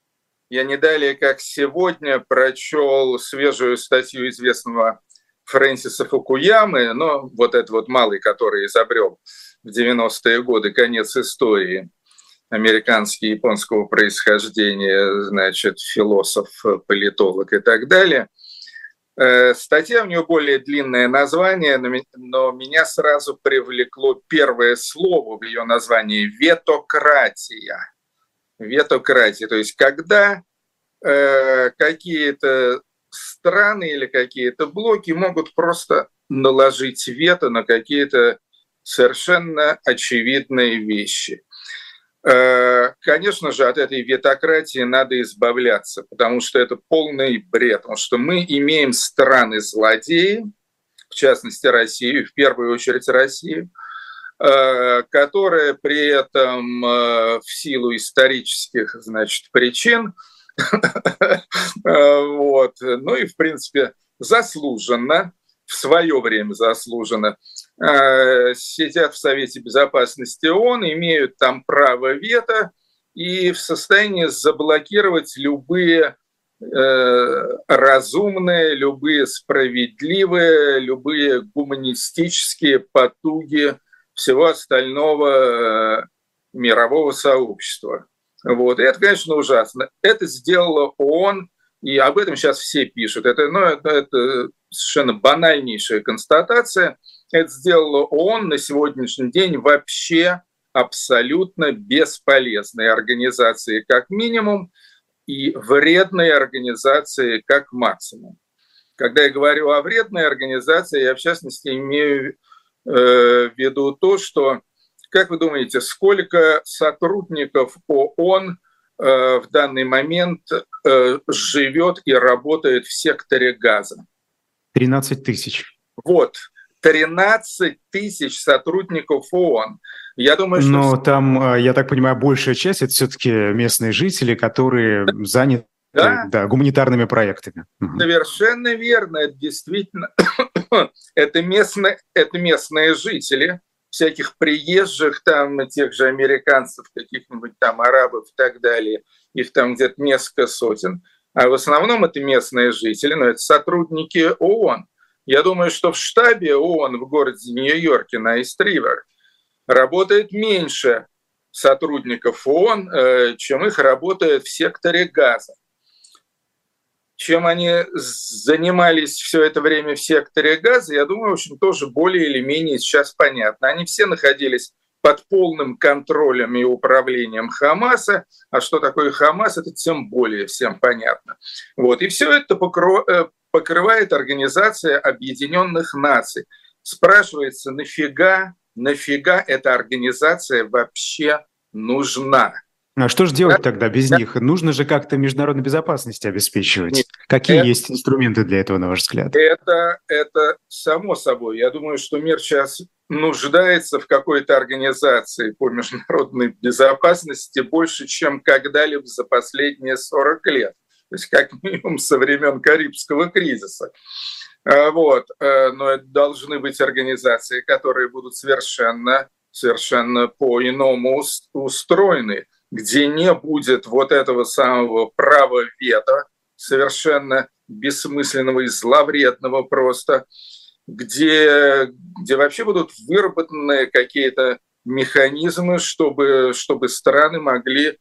Я не далее, как сегодня, прочел свежую статью известного Фрэнсиса Фукуямы, но вот этот вот малый, который изобрел в 90-е годы конец истории, американский японского происхождения, значит, философ, политолог и так далее. Статья у нее более длинное название, но меня сразу привлекло первое слово в ее названии – ветократия. Ветократия, то есть когда какие-то страны или какие-то блоки могут просто наложить вето на какие-то совершенно очевидные вещи. Конечно же, от этой ветократии надо избавляться, потому что это полный бред, потому что мы имеем страны-злодеи, в частности Россию, в первую очередь Россию, которая при этом в силу исторических, значит, причин, вот, ну и в принципе заслуженно, в свое время заслуженно, сидят в Совете Безопасности ООН, имеют там право вето и в состоянии заблокировать любые разумные, любые справедливые, любые гуманистические потуги всего остального мирового сообщества. Вот. И это, конечно, ужасно. Это сделала ООН, и об этом сейчас все пишут. Это совершенно банальнейшая констатация. Это сделала ООН на сегодняшний день вообще абсолютно бесполезной организации как минимум и вредной организации как максимум. Когда я говорю о вредной организации, я в частности имею в виду то, что, как вы думаете, сколько сотрудников ООН в данный момент живет и работает в секторе Газа? 13 тысяч. Вот, 13 тысяч сотрудников ООН. Я думаю, что... Но там, я так понимаю, большая часть – это все-таки местные жители, которые заняты гуманитарными проектами. Совершенно верно, это действительно... это местные жители, всяких приезжих, там, тех же американцев, каких-нибудь там арабов и так далее, их там где-то несколько сотен. А в основном это местные жители, но это сотрудники ООН. Я думаю, что в штабе ООН в городе Нью-Йорке на Ист-Ривер работает меньше сотрудников ООН, чем их работает в секторе Газа. Чем они занимались все это время в секторе Газа, я думаю, в общем, тоже более или менее сейчас понятно. Они все находились под полным контролем и управлением Хамаса, а что такое Хамас, это тем более всем понятно. Вот. И все это покрывает Организация Объединенных Наций. Спрашивается, нафига эта организация вообще нужна? А что же делать тогда без них? Нужно же как-то международную безопасность обеспечивать. Нет, Какие есть инструменты для этого, на ваш взгляд? Это само собой. Я думаю, что мир сейчас нуждается в какой-то организации по международной безопасности больше, чем когда-либо за последние 40 лет. То есть как минимум со времен Карибского кризиса. Вот. Но это должны быть организации, которые будут совершенно по-иному устроены, где не будет вот этого самого права вето, совершенно бессмысленного и зловредного просто, где вообще будут выработаны какие-то механизмы, чтобы страны могли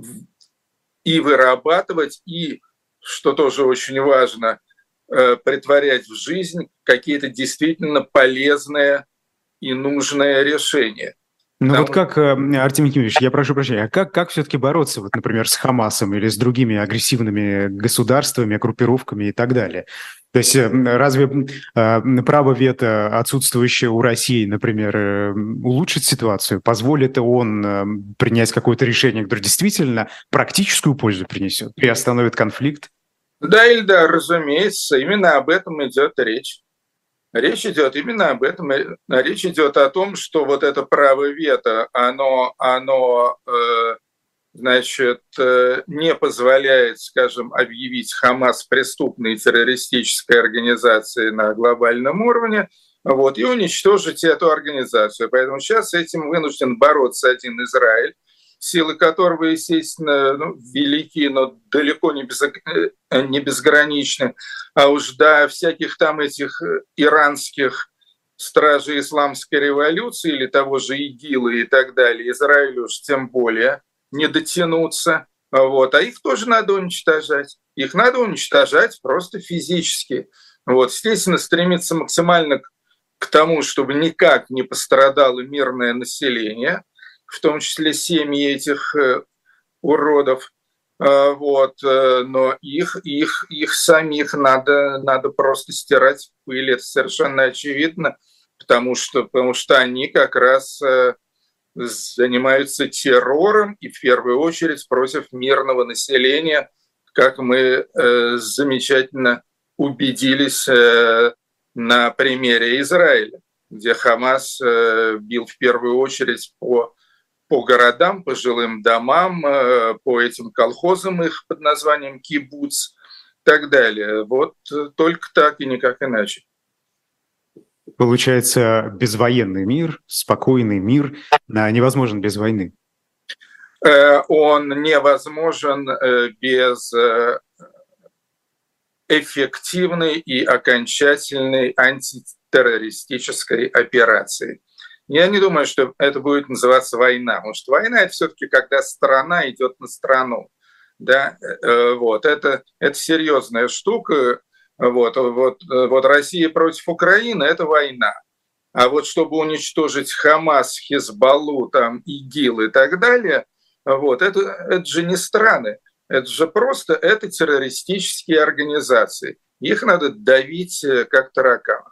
и вырабатывать, и, что тоже очень важно, претворять в жизнь какие-то действительно полезные и нужные решения. Ну вот как, Артемий Кимович, я прошу прощения, а как все-таки бороться, вот, например, с Хамасом или с другими агрессивными государствами, группировками и так далее? То есть разве право вето, отсутствующее у России, например, улучшит ситуацию? Позволит он принять какое-то решение, которое действительно практическую пользу принесет, приостановит конфликт? Да, Ильдар, разумеется, именно об этом идет речь. Речь идет именно об этом. Речь идет о том, что вот это право вето, оно значит, не позволяет, скажем, объявить Хамас преступной террористической организацией на глобальном уровне, вот, и уничтожить эту организацию. Поэтому сейчас с этим вынужден бороться один Израиль. силы которого, естественно, велики, но далеко не безграничны, а уж до всяких там этих иранских стражей исламской революции или того же ИГИЛа и так далее, Израилю уж тем более не дотянуться. Вот. А их тоже надо уничтожать. Их надо уничтожать просто физически. Вот. Естественно, стремиться максимально к тому, чтобы никак не пострадало мирное население, в том числе семьи этих уродов. Вот. Но их самих надо просто стирать в пыль. Это совершенно очевидно, потому что они как раз занимаются террором и в первую очередь против мирного населения, как мы замечательно убедились на примере Израиля, где Хамас бил в первую очередь по городам, по жилым домам, по этим колхозам их под названием кибуц и так далее. Вот только так и никак иначе. Получается, безвоенный мир, спокойный мир невозможен без войны. Он невозможен без эффективной и окончательной антитеррористической операции. Я не думаю, что это будет называться война, потому что война – это все-таки когда страна идет на страну. Да? Вот. Это серьезная штука. Вот Россия против Украины – это война. А вот чтобы уничтожить Хамас, Хизбаллу, там, ИГИЛ и так далее, вот, это же не страны, это же просто террористические организации. Их надо давить как тараканов.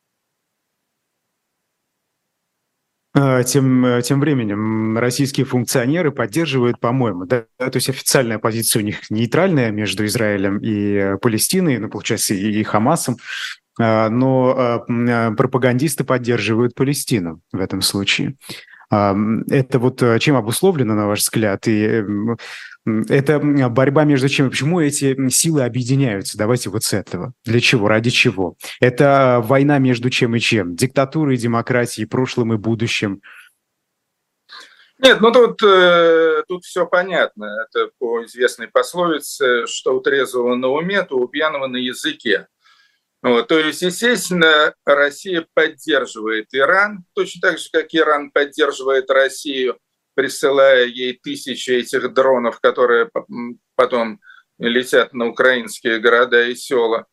Тем временем российские функционеры поддерживают, по-моему, да, то есть официальная позиция у них нейтральная между Израилем и Палестиной, получается, и Хамасом, но пропагандисты поддерживают Палестину в этом случае. Это вот чем обусловлено, на ваш взгляд? И это борьба между чем? Почему эти силы объединяются? Давайте вот с этого. Для чего? Ради чего? Это война между чем и чем? Диктатурой и демократией, прошлым и будущим? Нет, тут все понятно. Это по известной пословице, что у трезвого на уме, то у пьяного на языке. Вот, то есть, естественно, Россия поддерживает Иран, точно так же, как Иран поддерживает Россию, присылая ей тысячи этих дронов, которые потом летят на украинские города и села.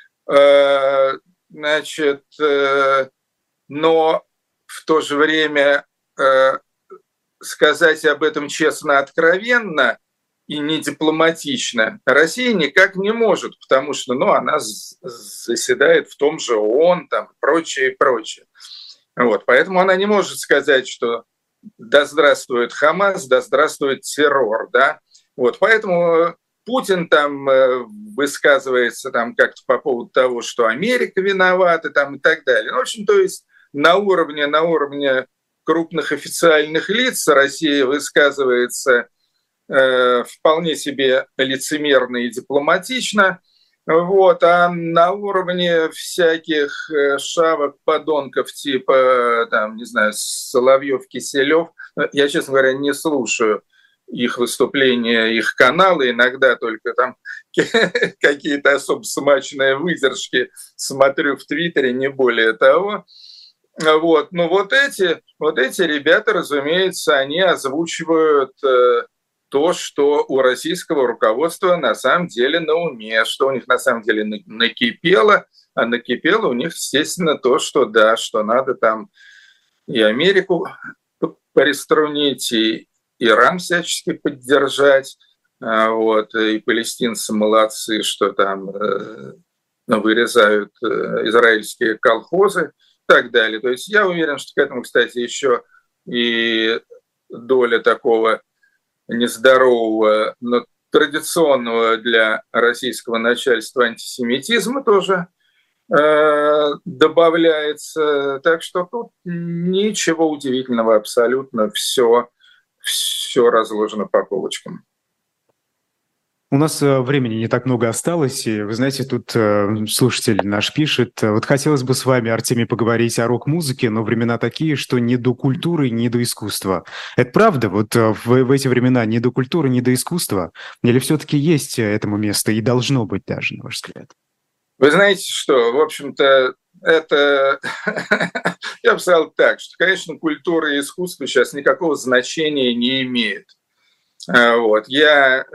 Значит, но в то же время сказать об этом честно, откровенно и не дипломатично Россия никак не может, потому что она заседает в том же ООН, там, прочее, и прочее. Вот, поэтому она не может сказать, что да здравствует Хамас, да здравствует террор. Да? Вот, поэтому Путин там высказывается там как-то по поводу того, что Америка виновата там, и так далее. В общем, то есть на уровне крупных официальных лиц Россия высказывается вполне себе лицемерно и дипломатично, вот, а на уровне всяких шавок, подонков типа, там, не знаю, Соловьев, Киселев, я, честно говоря, не слушаю их выступления, их каналы, иногда только там какие-то особо смачные выдержки смотрю в Твиттере, не более того. Вот. Но вот эти ребята, разумеется, они озвучивают то, что у российского руководства на самом деле на уме, что у них на самом деле накипело, а накипело у них, естественно, то, что да, что надо там и Америку приструнить, и Иран всячески поддержать, вот, и палестинцы молодцы, что там вырезают израильские колхозы и так далее. То есть я уверен, что к этому, кстати, еще и доля такого нездорового, но традиционного для российского начальства антисемитизма тоже добавляется. Так что тут ничего удивительного абсолютно, все разложено по полочкам. У нас времени не так много осталось, и, вы знаете, тут слушатель наш пишет, вот хотелось бы с вами, Артемий, поговорить о рок-музыке, но времена такие, что не до культуры, не до искусства. Это правда? Вот в эти времена не до культуры, не до искусства? Или все-таки есть этому место и должно быть даже, на ваш взгляд? Вы знаете что, в общем-то, это, я бы сказал так, что, конечно, культура и искусство сейчас никакого значения не имеют. Вот. Я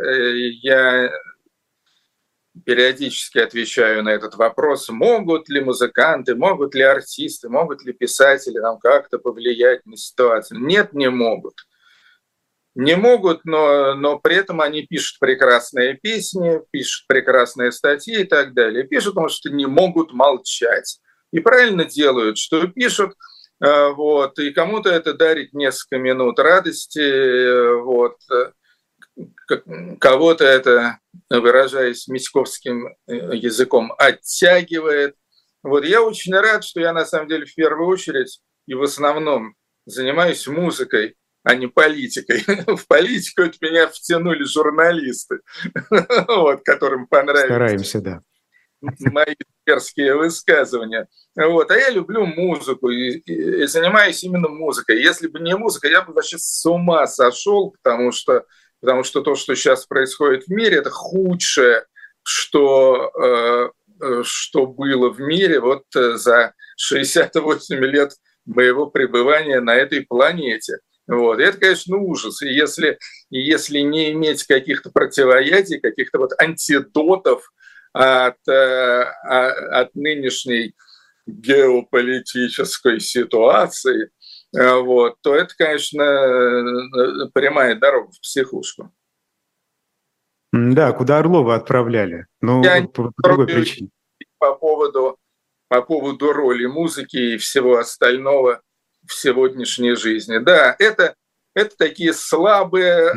периодически отвечаю на этот вопрос, могут ли музыканты, могут ли артисты, могут ли писатели нам как-то повлиять на ситуацию. Нет, не могут. Не могут, но при этом они пишут прекрасные песни, пишут прекрасные статьи и так далее. Пишут, потому что не могут молчать. И правильно делают, что пишут, вот, и кому-то это дарит несколько минут радости, вот, кого-то это, выражаясь митьковским языком, оттягивает. Вот я очень рад, что я на самом деле в первую очередь и в основном занимаюсь музыкой, а не политикой. В политику от меня втянули журналисты, вот, которым понравились. Стараемся, да. Мои дерзкие высказывания. Вот. А я люблю музыку и занимаюсь именно музыкой. Если бы не музыка, я бы вообще с ума сошел, потому что то, что сейчас происходит в мире, это худшее, что было в мире вот за 68 лет моего пребывания на этой планете. Вот. И это, конечно, ужас. И если не иметь каких-то противоядий, каких-то вот антидотов от нынешней геополитической ситуации, вот, то это, конечно, прямая дорога в психушку. Да, куда Орлова отправляли? Ну, по другой причине. По поводу роли музыки и всего остального в сегодняшней жизни. Да, это такие слабые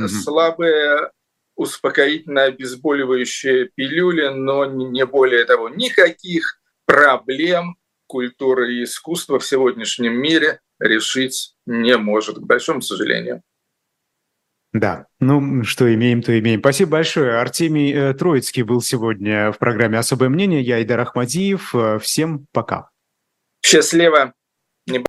успокоительно-обезболивающие пилюли, но не более того. Никаких проблем культуры и искусства в сегодняшнем мире решить не может, к большому сожалению. Да, ну, что имеем, то имеем. Спасибо большое. Артемий Троицкий был сегодня в программе «Особое мнение». Я Айдар Ахмадиев. Всем пока. Счастливо.